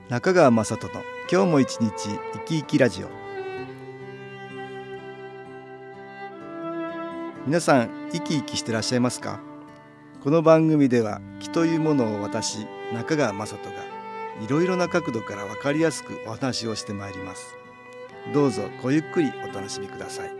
中川雅人の今日も一日生き生きラジオ。皆さん生き生きしてらっしゃいますか？この番組では気というものを私中川雅人がいろいろな角度から分かりやすくお話をしてまいります。どうぞごゆっくりお楽しみください。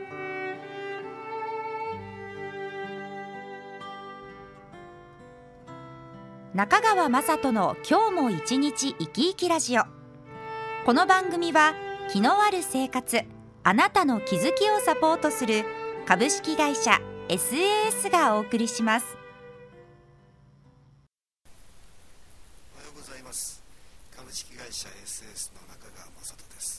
中川雅人の今日も一日生き生きラジオ。この番組は気のある生活、あなたの気づきをサポートする株式会社 SAS がお送りします。 おはようございます。株式会社 SAS の中川雅人です。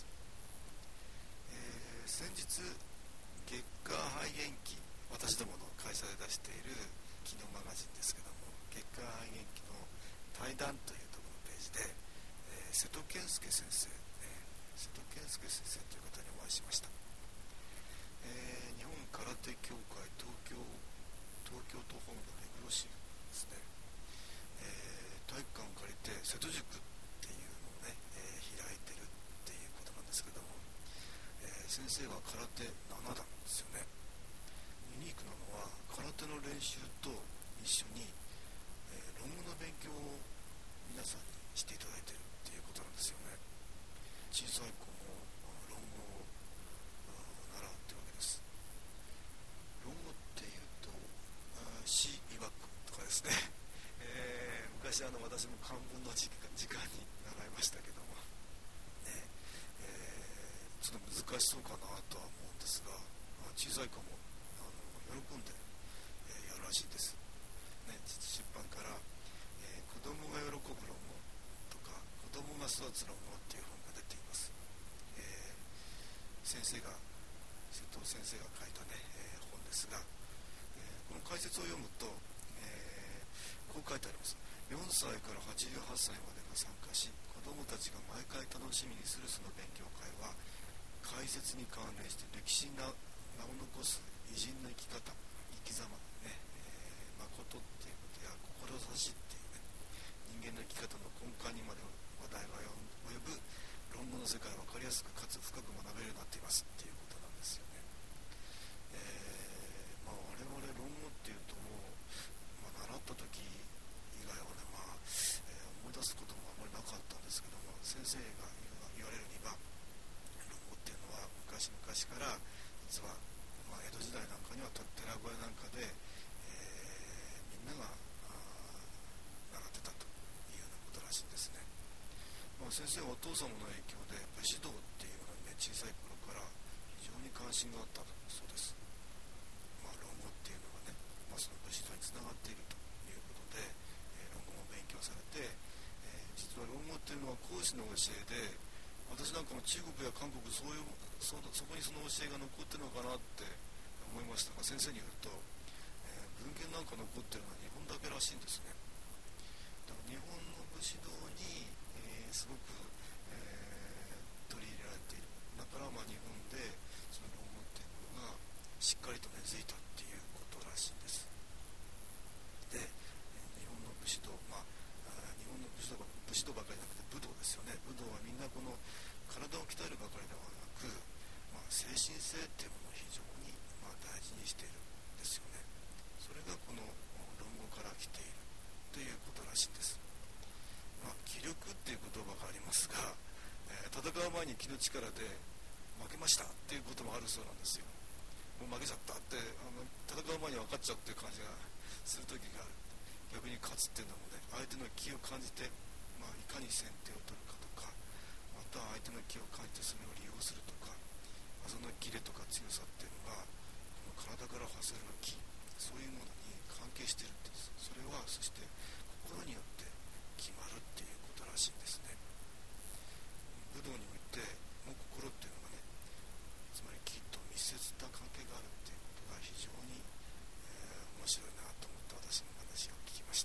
先日月間肺元気、私どもの会社で出している機能マガジンですけども、月間肺元気の対談というところのページで、瀬戸健介先生、瀬戸健介先生という方にお会いしました。日本空手協会東京都本部目黒市ですね、体育館を借りて瀬戸塾っていうのをね、開いてるっていうことなんですけども、先生は空手7段ですよね。ユニークなのは空手の練習と一緒に、論語の勉強を皆さんにしていただいているっていうことなんですよね。小さい子も論語を習うってわけです。論語っていうと詩曰くとかですね、昔私も漢文の時間に習いましたけども、ね、ちょっと難しそうかなとは思うんですが、小さい子も喜んで、やるらしいです、ね、出版から、子供が喜ぶ論語とか子供が育つ論語っていう本が出ています。瀬戸先生が書いた、ね、本ですが、この解説を読むと、こう書いてあります。4歳から88歳までが参加し、子どもたちが毎回楽しみにするその勉強会は、解説に関連して歴史が名を残す偉人の生き方、生き様、ね、誠っていうことや志っていうね、人間の生き方の根幹にまで話題が及ぶ論語の世界を分かりやすくかつ深く学べるようになっていますっていうことなんですよね。我々論語っていうともう、習った時以外はね、思い出すこともあまりなかったんですけども、先生が言われるには、論語っていうのは昔々から実は、江戸時代なんかには寺小屋なんかで、みんなが習ってたというようなことらしいんですね。先生はお父様の影響で武士道っていうのにね、小さい頃から非常に関心があったそうです。論語っていうのがね、その武士道につながっているということで、論語も勉強されて、実は論語っていうのは孔子の教えで、私なんかも中国や韓国そこにその教えが残ってるのかなって思いましたが、先生によると、文献なんか残ってるのは日本だけらしいんですね。だから日本の武士道に、すごく、取り入れられている。だから日本でその論語っていうのがしっかりと根付いたっていうことらしいんです。で、日本の武士道、日本の武士道ばかりじゃなくて武道ですよね。武道はみんなこの体を鍛えるばかりではなく、精神性っていうものを非常に、大事にしているんですよね。それがこの論語から来ているということらしいんです。気力っていう言葉がありますが、戦う前に気の力で負けましたっていうこともあるそうなんですよ。もう負けちゃったって戦う前に分かっちゃうっていう感じがする時がある。逆に勝つっていうのもね、相手の気を感じて、いかに先手を取るかとか、また相手の気を感じてそれを利用するとか、そのキレとか強さっていうのがこの体から発せる気、そういうものに関係しているんです。それはそして心によって決まるっていうことらしいんですね。武道においても心っていうのがね、つまり気と密接な関係があるっていうことが非常に、面白いなと思って私の話を聞きました。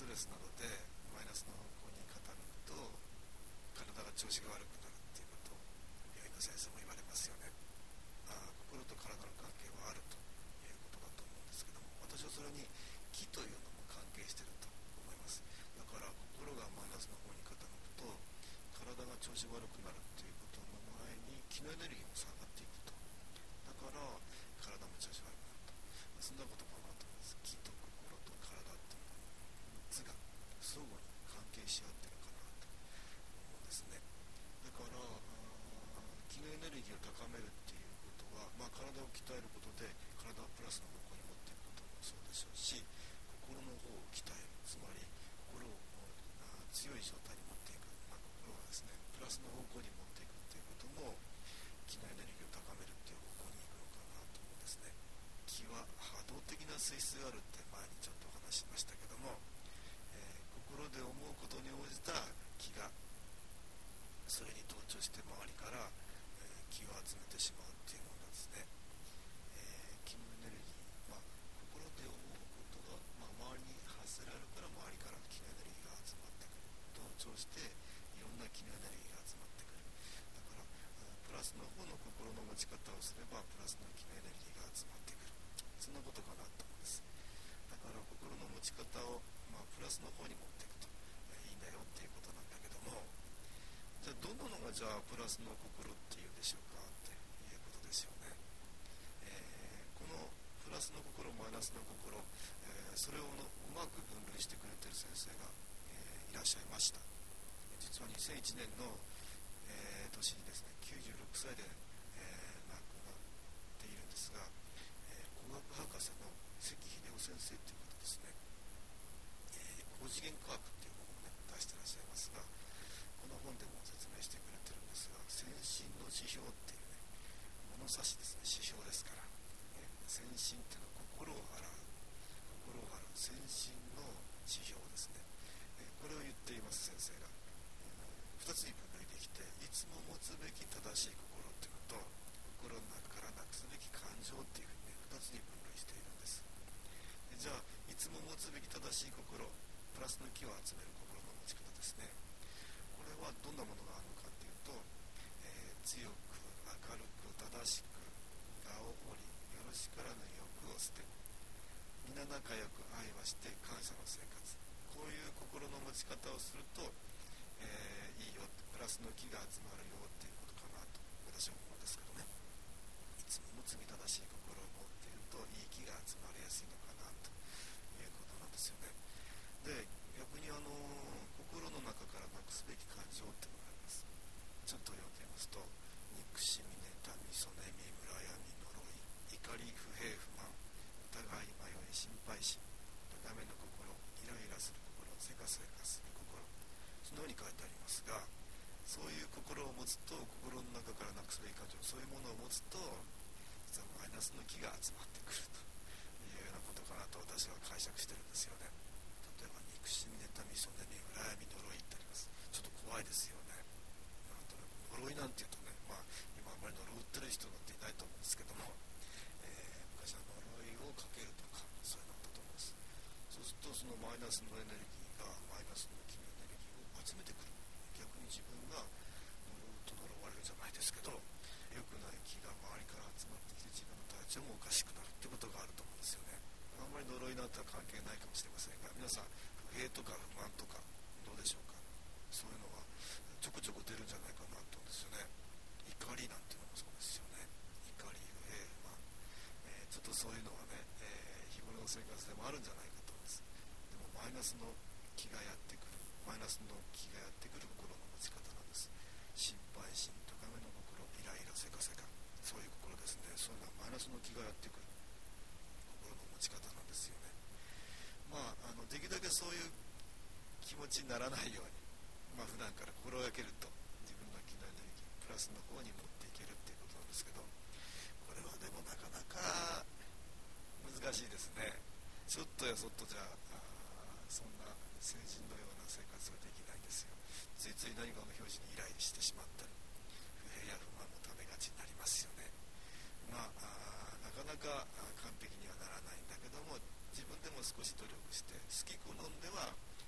レスなどでマイナスの方向に傾くと体が調子が悪くなるっていうことを病院の先生も言われますよね。心と体の関係はあるということだと思うんですけども、私はそれに気というのも関係していると思います。だから心がマイナスの方に傾くと体が調子悪くなるっていうことの前に気のエネルギーも下がっていくと。だから体も調子悪くなると。そんなことかなと思います。気と心と体っていうのは3つが相互に関係し合ってるかなと思うんですね。だから気のエネルギーを高めるっていうことは、体を鍛えることで体をプラスの方向に持っていくこともそうでしょうし、心の方を鍛える、つまり心を強い状態に持っていく、心はですねプラスの方向に持っていくっていうことも気のエネルギーを高めるっていう方向に行くのかなと思うんですね。気は波動的な性質があるって前にちょっとお話ししましたけども、心で思うことに応じた気がそれに同調して周りから、気を集めてしまうっていうものなんですね。気のエネルギー、心で思うことが、周りに発せられるから周りから気のエネルギーが集まってくる、同調していろんな気のエネルギーが集まってくる。だからプラスの方の心の持ち方をすればプラスの気のエネルギーが集まってくる、そんなことかなと思うんです。だから心の持ち方を、プラスの方に持っていくと、いいんだよっていうことなんだけども、じゃあどんなのがじゃあプラスの心っていうでしょうかっていうことですよね。このプラスの心マイナスの心、それをうまく分類してくれている先生が、いらっしゃいました。実は2001年の、年にですね96歳で、亡くなっているんですが、工学博士の関秀夫先生という方ですね、高次元科学っていう本を、出してらっしゃいますが、この本でも説明してくれてるんですが、先進の指標っていう物差しですね、指標ですから、先進っていうのは心を洗う先進の指標ですね、これを言っています先生が、2つに分類できて、いつも持つべき正しい心っていうのと心の中からなくすべき感情っていうふうに、2つに分類しているんです。じゃあいつも持つべき正しい心、プラスの気を集める心の持ち方ですね。これはどんなものがあるのかっていうと、強く明るく正しく我を折りよろしからぬ欲を捨て皆仲良く愛はして感謝の生活、こういう心の持ち方をすると、いいよ、プラスの気が集まるよっていうことかなと私は思うんですけどね。いつも持つべき正しい心を持っているといい気が集まりやすいのかなということなんですよね。で、逆に心の中からなくすべき感情っていうのがあります。ちょっと読んでみますと、憎しみ、妬み、そねみ、羨み、呪い、怒り、不平不満、疑い、迷い、心配心、ダメの心、イライラする心、せかせかする心、そのように書いてありますが、そういう心を持つと、心の中からなくすべき感情、そういうものを持つと実はマイナスの気が集まってくるというようなことかなと私は解釈してるんですよね。例えば憎しみ、妬み、そねみ、羨み、呪いってあります。ちょっと怖いですよね。なんとなく呪いなんていうとね、今あんまり呪ってる人なんていないと思うんですけども、昔は呪いをかけるとかそういうのだったと思うんです。そうするとそのマイナスのエネルギーがマイナスの気のエネルギーを集めてくる。逆に自分が呪うと呪われるじゃないですけど、良くない気が周りから集まってきて自分の体調もおかしくなるってことがあると思うんですよね。あんまり呪いなんて関係ないかもしれませんが、皆さん不平とか不満とかどうでしょうか。そういうのはちょこちょこ出るんじゃないかなと思うんですよね。怒りなんていうのもそうですよね。怒り、不平不満、ちょっとそういうのはね、日頃の生活でもあるんじゃないかと思うんです。でもマイナスの気がやってくる、マイナスの気がやってくる心の持ち方なんです。心配心、高めの心、イライラ、せかせか、そういう心ですね。そういうのはマイナスの気がやってくる心の持ち方なんですよね。できるだけそういう気持ちにならないように、普段から心がけると自分の気のエネルギープラスの方に持っていけるっていうことなんですけど、これはでもなかなか難しいですね。ちょっとやそっとじゃそんな成人のような生活ができないんですよ。ついつい何かの表示にイライラしてしまったり、不平や不満のためがちになりますよね。なかなか完璧にはならないんだけども、自分でも少し努力して好き好んでは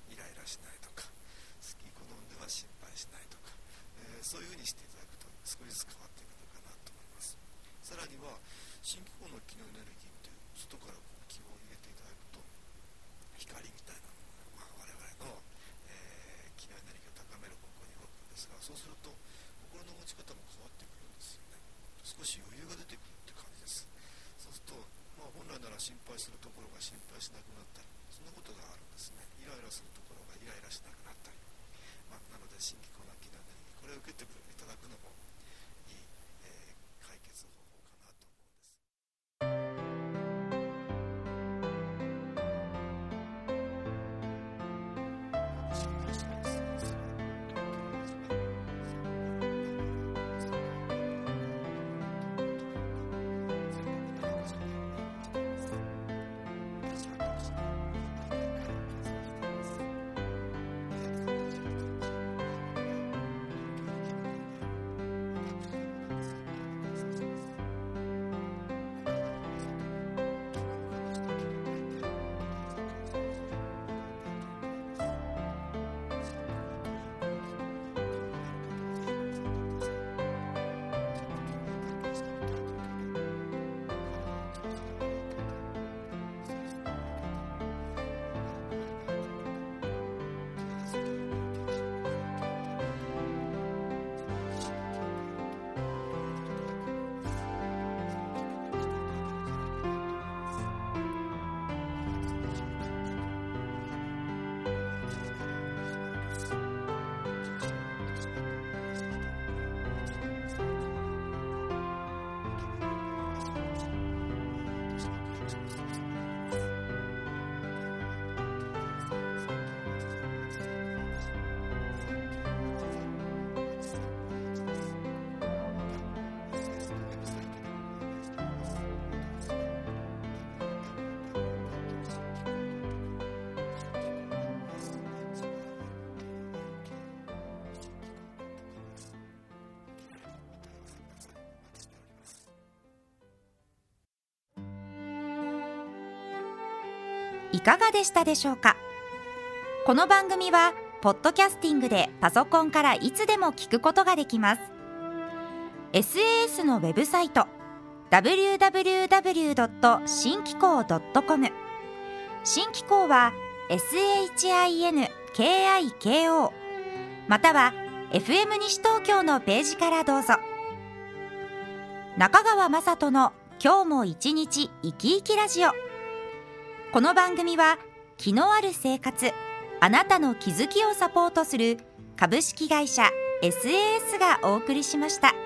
イライラしないとか、好き好んでは心配しないとか、そういうふうにしていただくと少しずつ変わっていくのかなと思います。さらには新機構の気のエネルギーという外から気を入れていただくと光みたいなものが、我々の、気のエネルギーを高める方向に動くんですが、そうすると心の持ち方も変わってくるんですよね。少し余裕が出てくるって感じです。そうすると、本来なら心配するところが心配しなくなったり、そんなことがあるんですね。イライラするところがイライラしなくなったり、なので新機構の気のエネルギー、これを受けていただくのもいい、解決方法かなと思うんです。 いかがでしたでしょうか。この番組はポッドキャスティングでパソコンからいつでも聞くことができます。 SAS のウェブサイト www. 機構 .com、 新機構は SHINKIKO、 または FM 西東京のページからどうぞ。中川雅人の今日も一日生き生きラジオ。この番組は気のある生活、あなたの気づきをサポートする株式会社 SAS がお送りしました。